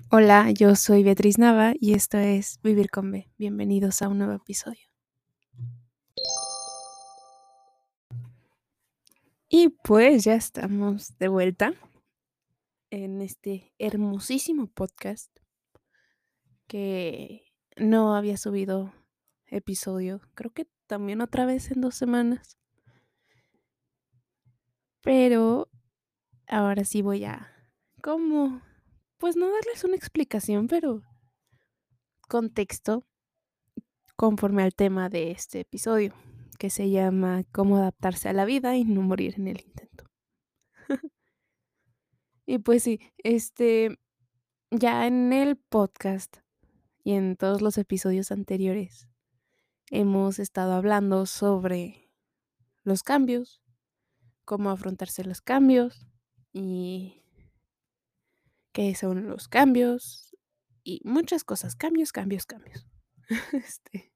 Hola, yo soy Beatriz Nava y esto es Vivir con B. Bienvenidos a un nuevo episodio. Y pues ya estamos de vuelta en este hermosísimo podcast que no había subido episodio, creo que también otra vez en 2 semanas, pero ahora sí voy a, como, pues no darles una explicación, pero contexto conforme al tema de este episodio, que se llama Cómo adaptarse a la vida y no morir en el intento. Y pues sí, ya en el podcast y en todos los episodios anteriores hemos estado hablando sobre los cambios, cómo afrontarse los cambios y qué son los cambios y muchas cosas, cambios, cambios, cambios. Este,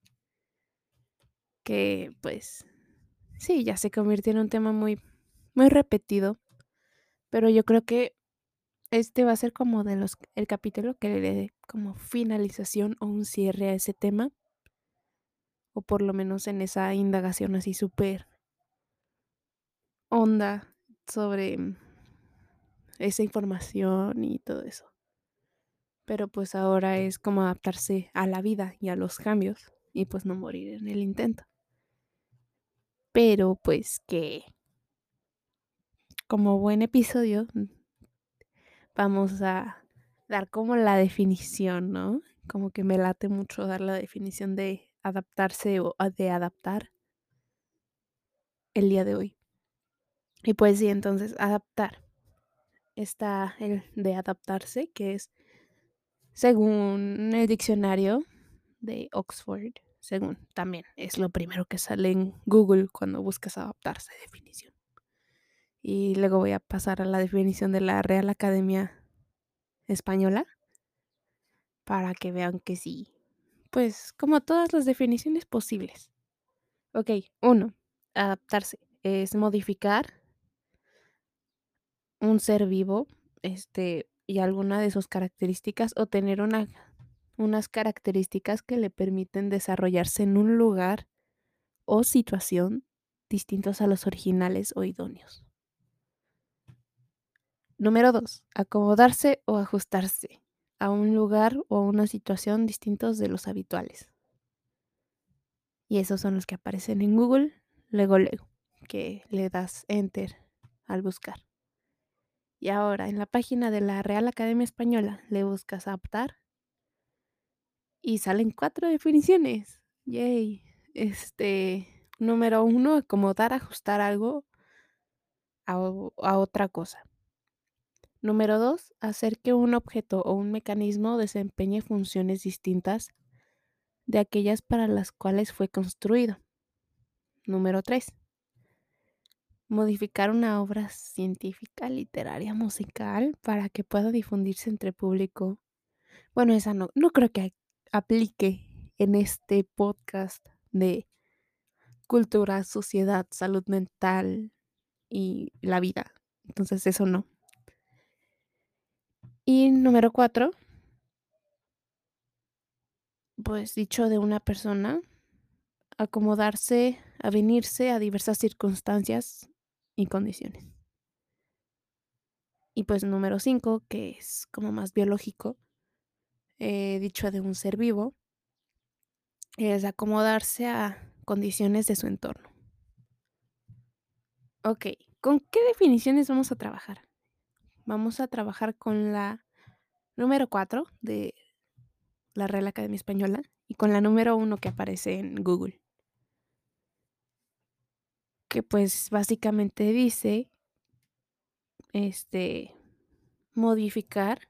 que pues sí, ya se convirtió en un tema muy, muy repetido, pero yo creo que este va a ser como el capítulo que le dé como finalización o un cierre a ese tema, o por lo menos en esa indagación así súper honda sobre esa información y todo eso. Pero pues ahora es como adaptarse a la vida y a los cambios y pues no morir en el intento. Pero pues que como buen episodio vamos a dar como la definición, ¿no? Como que me late mucho dar la definición de adaptarse o de adaptar el día de hoy. Y pues sí, entonces adaptar. Está el de adaptarse, que es según el diccionario de Oxford, según también es lo primero que sale en Google cuando buscas adaptarse, definición. Y luego voy a pasar a la definición de la Real Academia Española para que vean que sí, pues como todas las definiciones posibles. Ok, 1. Adaptarse es modificar un ser vivo, y alguna de sus características o tener unas características que le permiten desarrollarse en un lugar o situación distintos a los originales o idóneos. Número 2. Acomodarse o ajustarse a un lugar o a una situación distintos de los habituales. Y esos son los que aparecen en Google, luego, que le das enter al buscar. Y ahora en la página de la Real Academia Española le buscas adaptar y salen 4 definiciones. Yay. Número 1, acomodar, ajustar algo a otra cosa. Número 2, hacer que un objeto o un mecanismo desempeñe funciones distintas de aquellas para las cuales fue construido. Número 3, modificar una obra científica, literaria, musical para que pueda difundirse entre público. Bueno, esa no creo que aplique en este podcast de cultura, sociedad, salud mental y la vida. Entonces eso no. Y número 4, pues dicho de una persona, acomodarse, avenirse a diversas circunstancias y condiciones. Y pues número 5, que es como más biológico, dicho de un ser vivo, es acomodarse a condiciones de su entorno. Ok, ¿con qué definiciones vamos a trabajar? Vamos a trabajar con la número 4 de la Real Academia Española y con la número 1 que aparece en Google, que pues básicamente dice, modificar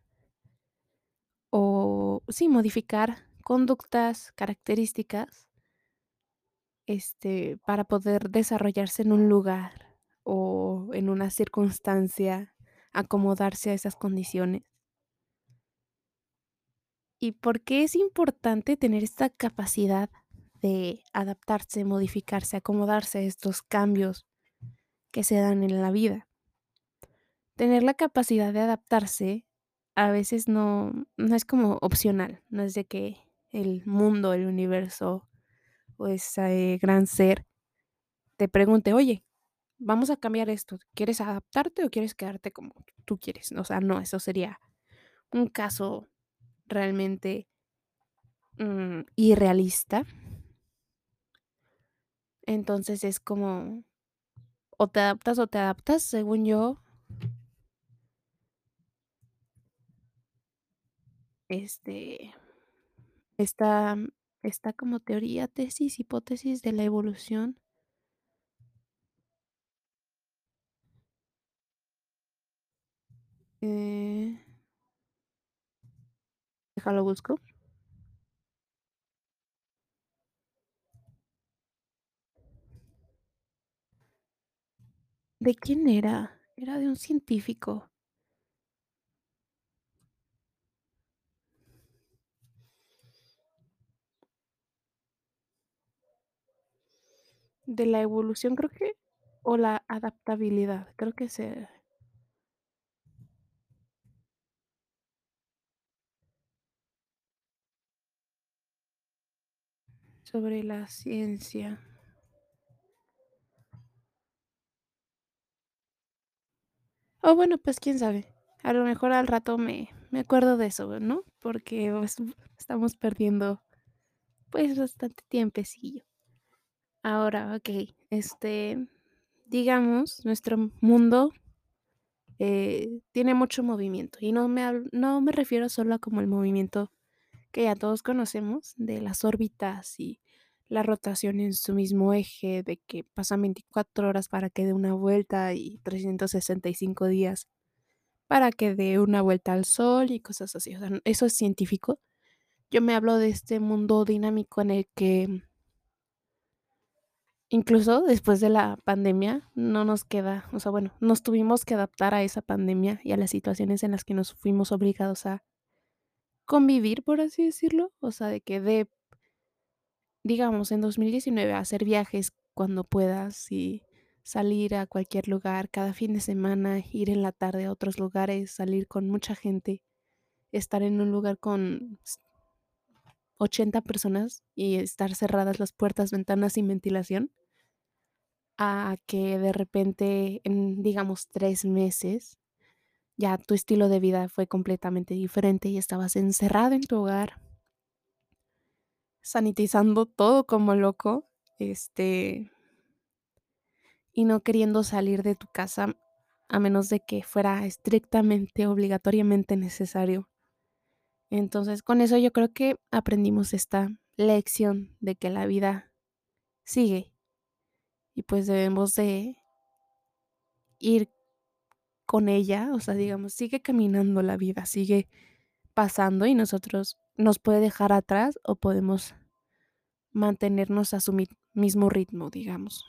modificar conductas, características, para poder desarrollarse en un lugar o en una circunstancia, acomodarse a esas condiciones. ¿Y por qué es importante tener esta capacidad de adaptarse, modificarse, acomodarse a estos cambios que se dan en la vida? Tener la capacidad de adaptarse a veces no es como opcional, no es de que el mundo, el universo o ese gran ser te pregunte: "Oye, vamos a cambiar esto, ¿quieres adaptarte o quieres quedarte como tú quieres?". O sea, no, eso sería un caso realmente, irrealista. Entonces, es como, o te adaptas, según yo, este, esta esta como teoría, tesis, hipótesis de la evolución, eh, déjalo busco. ¿De quién era? Era de un científico, de la evolución, creo que, o la adaptabilidad, creo que se sobre la ciencia. O bueno, pues, quién sabe. A lo mejor al rato me acuerdo de eso, ¿no? Porque, pues, estamos perdiendo, pues, bastante tiempecillo. Ahora, okey, digamos, nuestro mundo, tiene mucho movimiento, y no me refiero solo a como el movimiento que ya todos conocemos de las órbitas y la rotación en su mismo eje, de que pasan 24 horas para que dé una vuelta y 365 días para que dé una vuelta al sol y cosas así, o sea, eso es científico. Yo me hablo de este mundo dinámico en el que, incluso después de la pandemia, no nos queda, o sea, bueno, nos tuvimos que adaptar a esa pandemia y a las situaciones en las que nos fuimos obligados a convivir, por así decirlo, o sea, de que digamos, en 2019 hacer viajes cuando puedas y salir a cualquier lugar cada fin de semana, ir en la tarde a otros lugares, salir con mucha gente, estar en un lugar con 80 personas y estar cerradas las puertas, ventanas sin ventilación, a que de repente en, digamos, 3 meses, ya tu estilo de vida fue completamente diferente y estabas encerrado en tu hogar, sanitizando todo como loco, este, y no queriendo salir de tu casa a menos de que fuera estrictamente, obligatoriamente necesario. Entonces, con eso yo creo que aprendimos esta lección de que la vida sigue y pues debemos de ir con ella, o sea, digamos, sigue caminando la vida, sigue pasando y nosotros nos puede dejar atrás o podemos mantenernos a su mismo ritmo, digamos.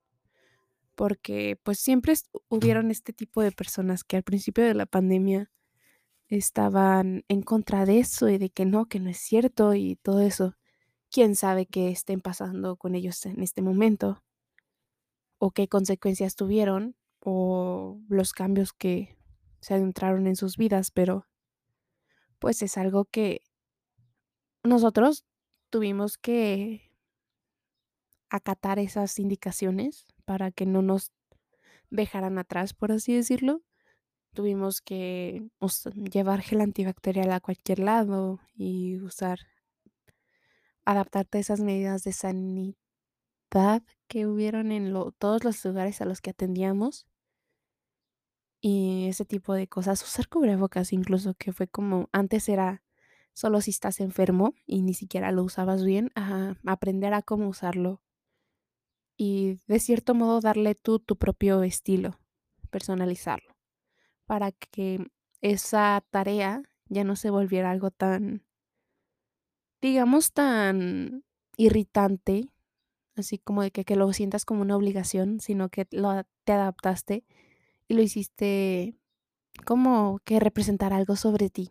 Porque pues siempre hubieron este tipo de personas que al principio de la pandemia estaban en contra de eso y de que no es cierto y todo eso. Quién sabe qué estén pasando con ellos en este momento o qué consecuencias tuvieron o los cambios que se adentraron en sus vidas, pero pues es algo que nosotros tuvimos que acatar esas indicaciones para que no nos dejaran atrás, por así decirlo. Tuvimos que llevar gel antibacterial a cualquier lado y adaptarte a esas medidas de sanidad que hubieron en todos los lugares a los que atendíamos y ese tipo de cosas. Usar cubrebocas incluso, que fue como antes era solo si estás enfermo y ni siquiera lo usabas bien, a aprender a cómo usarlo y de cierto modo darle tú tu propio estilo, personalizarlo, para que esa tarea ya no se volviera algo tan, digamos, tan irritante, así como de que lo sientas como una obligación, sino que te adaptaste y lo hiciste como que representar algo sobre ti.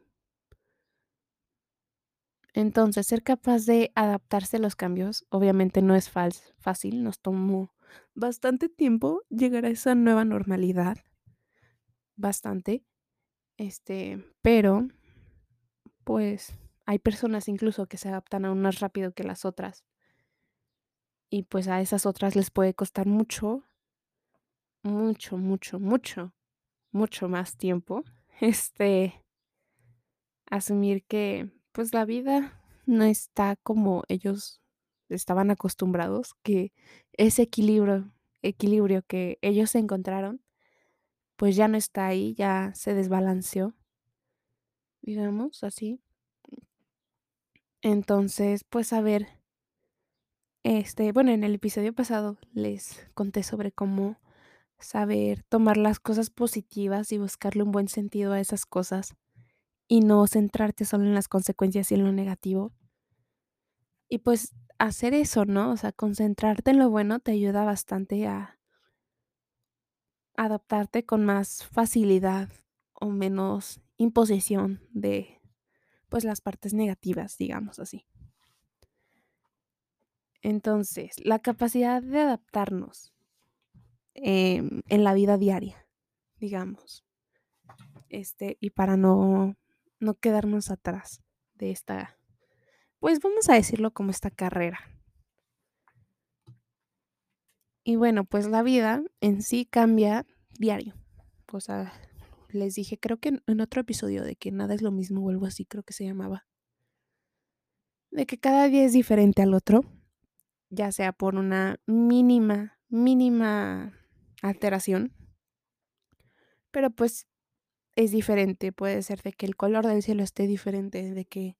Entonces, ser capaz de adaptarse a los cambios, obviamente no es fácil, nos tomó bastante tiempo llegar a esa nueva normalidad, bastante, pero pues, hay personas incluso que se adaptan aún más rápido que las otras, y, pues, a esas otras les puede costar mucho, mucho, mucho, mucho, mucho más tiempo, asumir que, pues, la vida no está como ellos estaban acostumbrados, que ese equilibrio que ellos encontraron, pues, ya no está ahí, ya se desbalanceó, digamos así. Entonces, pues, a ver, bueno, en el episodio pasado les conté sobre cómo saber tomar las cosas positivas y buscarle un buen sentido a esas cosas, y no centrarte solo en las consecuencias y en lo negativo. Y pues hacer eso, ¿no? O sea, concentrarte en lo bueno te ayuda bastante a adaptarte con más facilidad o menos imposición de, pues, las partes negativas, digamos así. Entonces, la capacidad de adaptarnos, en la vida diaria, digamos, y para no quedarnos atrás de esta, pues, vamos a decirlo como esta carrera. Y bueno, pues la vida en sí cambia diario. O sea, les dije, creo que en otro episodio de que nada es lo mismo o algo así, creo que se llamaba, de que cada día es diferente al otro, ya sea por una mínima, mínima alteración, pero pues es diferente. Puede ser de que el color del cielo esté diferente, de que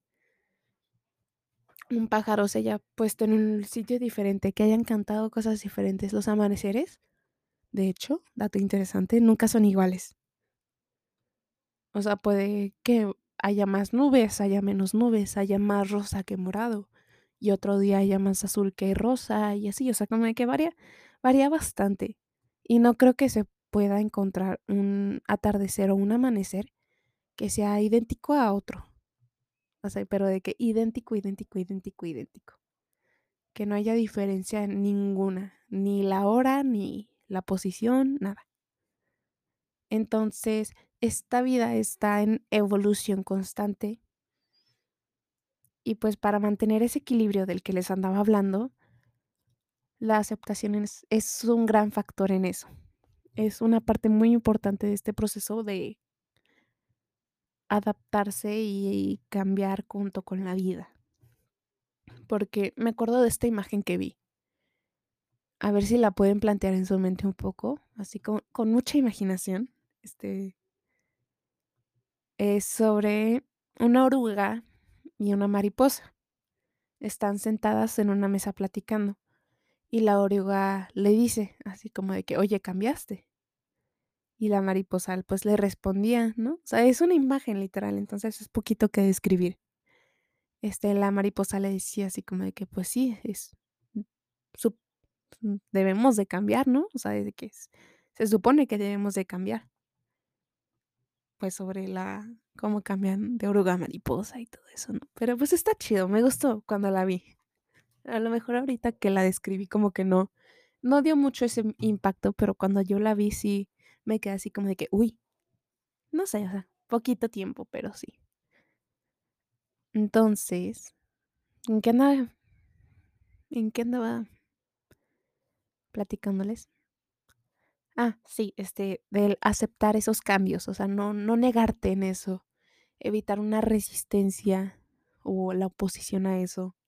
un pájaro se haya puesto en un sitio diferente, que hayan cantado cosas diferentes. Los amaneceres, de hecho, dato interesante, nunca son iguales. O sea, puede que haya más nubes, haya menos nubes, haya más rosa que morado, y otro día haya más azul que rosa, y así, o sea, como de que varía bastante. Y no creo que se pueda encontrar un atardecer o un amanecer que sea idéntico a otro. O sea, pero de que idéntico, idéntico, idéntico, idéntico. Que no haya diferencia en ninguna, ni la hora, ni la posición, nada. Entonces, esta vida está en evolución constante. Y pues para mantener ese equilibrio del que les andaba hablando, la aceptación es un gran factor en eso. Es una parte muy importante de este proceso de adaptarse y cambiar junto con la vida. Porque me acuerdo de esta imagen que vi. A ver si la pueden plantear en su mente un poco, así con mucha imaginación. Este es sobre una oruga y una mariposa. Están sentadas en una mesa platicando. Y la oruga le dice así como de que: "Oye, cambiaste". Y la mariposa, pues, le respondía, ¿no? O sea, es una imagen literal, entonces es poquito que describir. La mariposa le decía así como de que: "Pues sí, sup debemos de cambiar, ¿no? O sea, de que se supone que debemos de cambiar". Pues, sobre la cómo cambian de oruga a mariposa y todo eso, ¿no? Pero, pues, está chido, me gustó cuando la vi. A lo mejor ahorita que la describí como que no dio mucho ese impacto, pero cuando yo la vi sí me quedé así como de que, uy, no sé, o sea, poquito tiempo, pero sí. Entonces, ¿en qué andaba en qué andaba platicándoles? Ah, sí, del aceptar esos cambios, o sea, no negarte en eso, evitar una resistencia o la oposición a eso.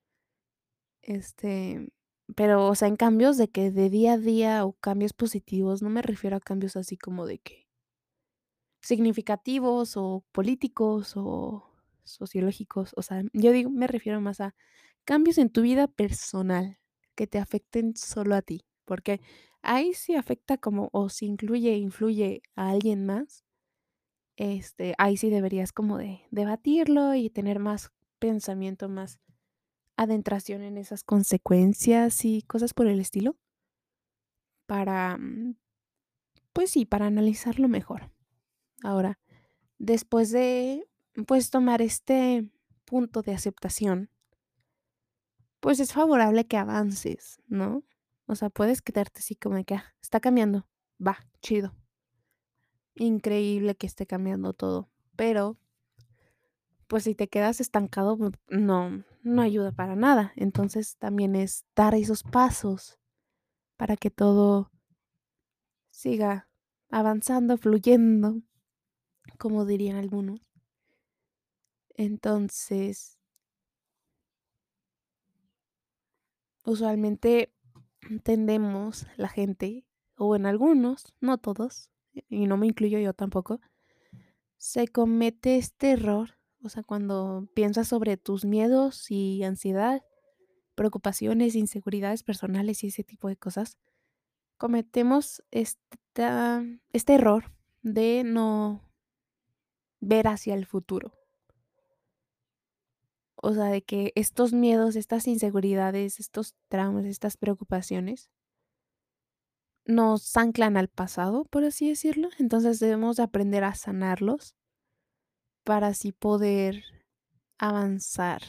Este, pero, o sea, en cambios de que de día a día o cambios positivos, no me refiero a cambios así como de que significativos o políticos o sociológicos, o sea, yo digo, me refiero más a cambios en tu vida personal que te afecten solo a ti, porque ahí sí afecta como o si influye a alguien más, ahí sí deberías como de debatirlo y tener más pensamiento, más adentración en esas consecuencias y cosas por el estilo para, pues sí, para analizarlo mejor. Ahora, después de, pues, tomar este punto de aceptación, pues, es favorable que avances, ¿no? O sea, puedes quedarte así como de que, está cambiando, va, chido, increíble que esté cambiando todo, pero, pues si te quedas estancado, no ayuda para nada. Entonces también es dar esos pasos para que todo siga avanzando, fluyendo, como dirían algunos. Entonces, usualmente tendemos la gente, o en algunos, no todos, y no me incluyo yo tampoco, se comete este error, o sea, cuando piensas sobre tus miedos y ansiedad, preocupaciones, inseguridades personales y ese tipo de cosas, cometemos este error de no ver hacia el futuro. O sea, de que estos miedos, estas inseguridades, estos traumas, estas preocupaciones nos anclan al pasado, por así decirlo. Entonces debemos de aprender a sanarlos para así poder avanzar.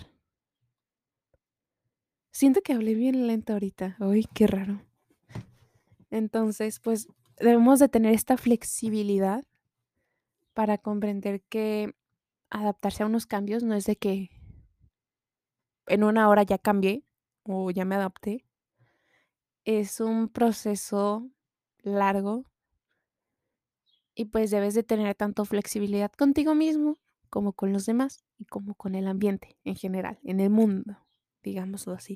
Siento que hablé bien lento ahorita. Uy, qué raro. Entonces, pues debemos de tener esta flexibilidad para comprender que adaptarse a unos cambios no es de que en una hora ya cambié o ya me adapté. Es un proceso largo y pues debes de tener tanto flexibilidad contigo mismo como con los demás y como con el ambiente en general, en el mundo, digámoslo así.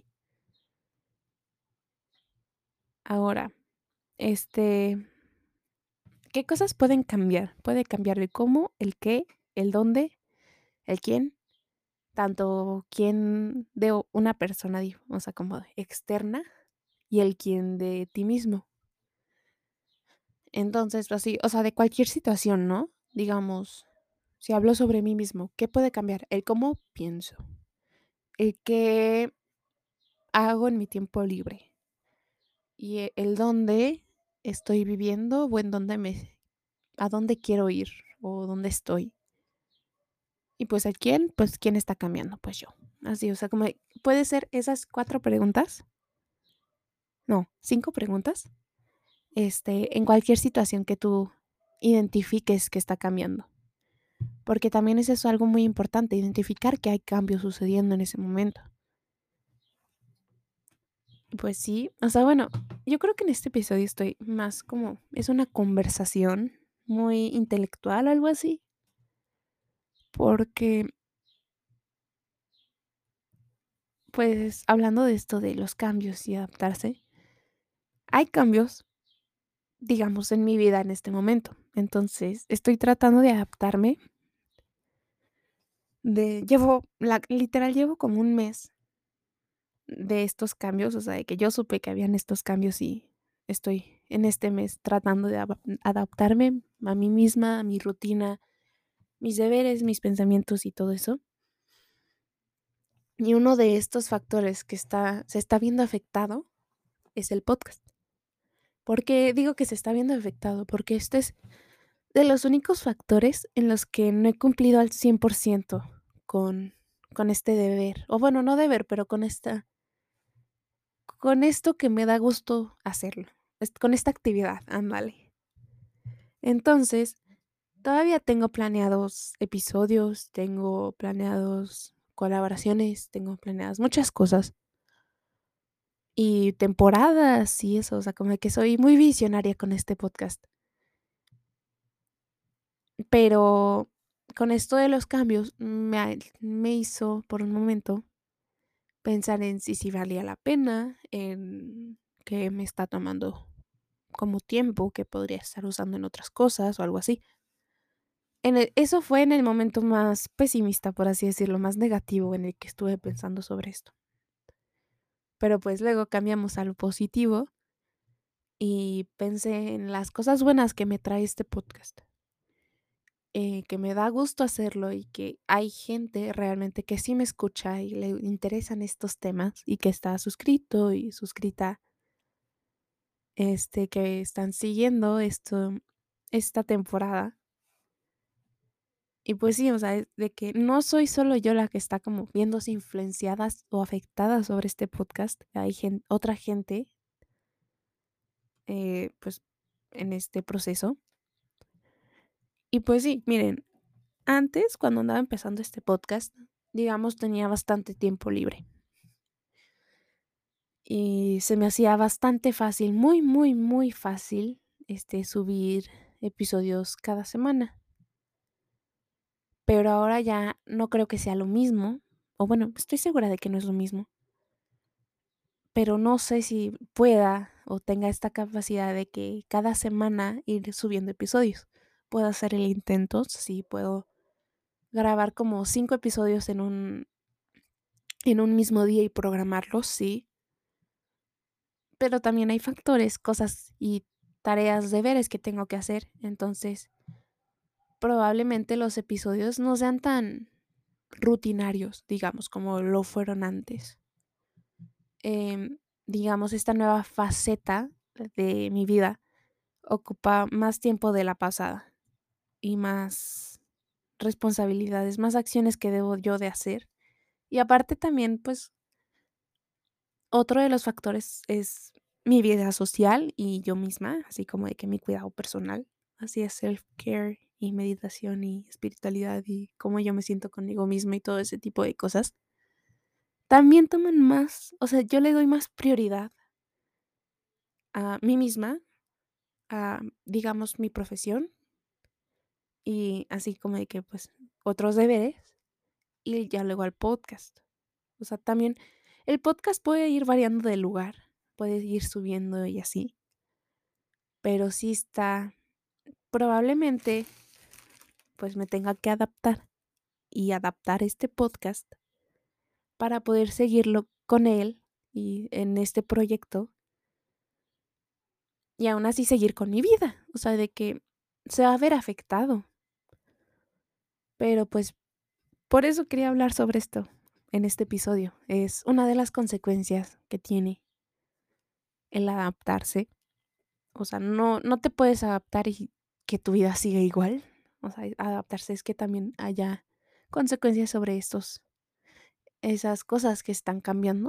Ahora, este, ¿qué cosas pueden cambiar? Puede cambiar el cómo, el qué, el dónde, el quién, tanto quién de una persona, o sea, como externa y el quién de ti mismo. Entonces, pues sí, o sea, de cualquier situación, ¿no? Digamos, si hablo sobre mí mismo, ¿qué puede cambiar? El cómo pienso, el qué hago en mi tiempo libre y el dónde estoy viviendo o en dónde a dónde quiero ir o dónde estoy. Y pues el quién, pues quién está cambiando, pues yo. Así, o sea, como puede ser esas 4 preguntas, no, 5 preguntas, en cualquier situación que tú identifiques que está cambiando. Porque también es eso algo muy importante, identificar que hay cambios sucediendo en ese momento. Pues sí, o sea, bueno, yo creo que en este episodio estoy más como, es una conversación muy intelectual, algo así, porque pues hablando de esto de los cambios y adaptarse, hay cambios, digamos, en mi vida en este momento. Entonces, estoy tratando de adaptarme, literal, llevo como un mes de estos cambios, o sea, de que yo supe que habían estos cambios y estoy en este mes tratando de adaptarme a mí misma, a mi rutina, mis deberes, mis pensamientos y todo eso. Y uno de estos factores que se está viendo afectado es el podcast. ¿Por qué digo que se está viendo afectado? Porque este es de los únicos factores en los que no he cumplido al 100% con, con este deber. O bueno, no deber, pero con esto que me da gusto hacerlo. Con esta actividad, ándale. Entonces, todavía tengo planeados episodios, tengo planeados colaboraciones, tengo planeadas muchas cosas y temporadas y eso, o sea, como que soy muy visionaria con este podcast. Pero con esto de los cambios me hizo por un momento pensar en si valía la pena, en que me está tomando como tiempo que podría estar usando en otras cosas o algo así. Eso fue en el momento más pesimista, por así decirlo, más negativo en el que estuve pensando sobre esto. Pero pues luego cambiamos a lo positivo y pensé en las cosas buenas que me trae este podcast, que me da gusto hacerlo y que hay gente realmente que sí me escucha y le interesan estos temas y que está suscrito y suscrita, que están siguiendo esta temporada. Y pues sí, o sea, de que no soy solo yo la que está como viéndose influenciadas o afectadas sobre este podcast. Hay otra gente, pues, en este proceso. Y pues sí, miren, Antes, cuando andaba empezando este podcast, digamos, tenía bastante tiempo libre y se me hacía bastante fácil, muy, muy, muy fácil, subir episodios cada semana. Pero ahora ya no creo que sea lo mismo, o bueno, estoy segura de que no es lo mismo, pero no sé si pueda o tenga esta capacidad de que cada semana ir subiendo episodios. Puedo hacer el intento, sí, puedo grabar como 5 episodios en un mismo día y programarlos, sí, pero también hay factores, cosas y tareas, deberes que tengo que hacer. Entonces, probablemente los episodios no sean tan rutinarios, digamos, como lo fueron antes. Digamos, esta nueva faceta de mi vida ocupa más tiempo de la pasada y más responsabilidades, más acciones que debo yo de hacer. Y aparte también, pues, otro de los factores es mi vida social y yo misma, así como de que mi cuidado personal, así es self-care y meditación y espiritualidad y cómo yo me siento conmigo misma y todo ese tipo de cosas. También toman más, o sea, yo le doy más prioridad a mí misma, a, digamos, mi profesión y así como de que, pues, otros deberes y ya luego al podcast. O sea, también el podcast puede ir variando de lugar, puede ir subiendo y así, pero sí está probablemente, pues, me tenga que adaptar y adaptar este podcast para poder seguirlo con él y en este proyecto y aún así seguir con mi vida. O sea, de que se va a ver afectado, pero, pues, por eso quería hablar sobre esto en este episodio. Es una de las consecuencias que tiene el adaptarse. O sea, no te puedes adaptar y que tu vida siga igual. O sea, adaptarse es que también haya consecuencias sobre esas cosas que están cambiando.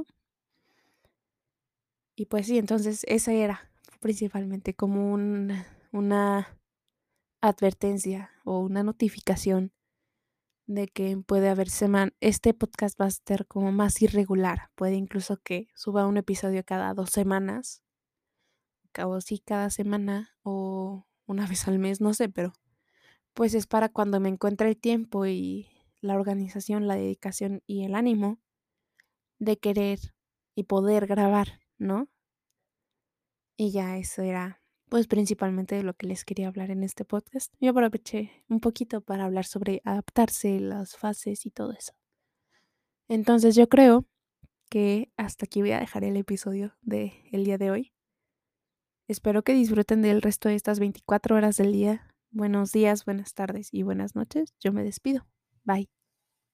Y pues sí, entonces esa era principalmente como una advertencia o una notificación de que puede haber este podcast va a estar como más irregular. Puede incluso que suba un episodio cada 2 semanas, o sí cada semana o una vez al mes, no sé, pero pues es para cuando me encuentre el tiempo y la organización, la dedicación y el ánimo de querer y poder grabar, ¿no? Y ya eso era, pues, principalmente de lo que les quería hablar en este podcast. Yo aproveché un poquito para hablar sobre adaptarse, las fases y todo eso. Entonces, yo creo que hasta aquí voy a dejar el episodio de el día de hoy. Espero que disfruten del resto de estas 24 horas del día. Buenos días, buenas tardes y buenas noches. Yo me despido. Bye.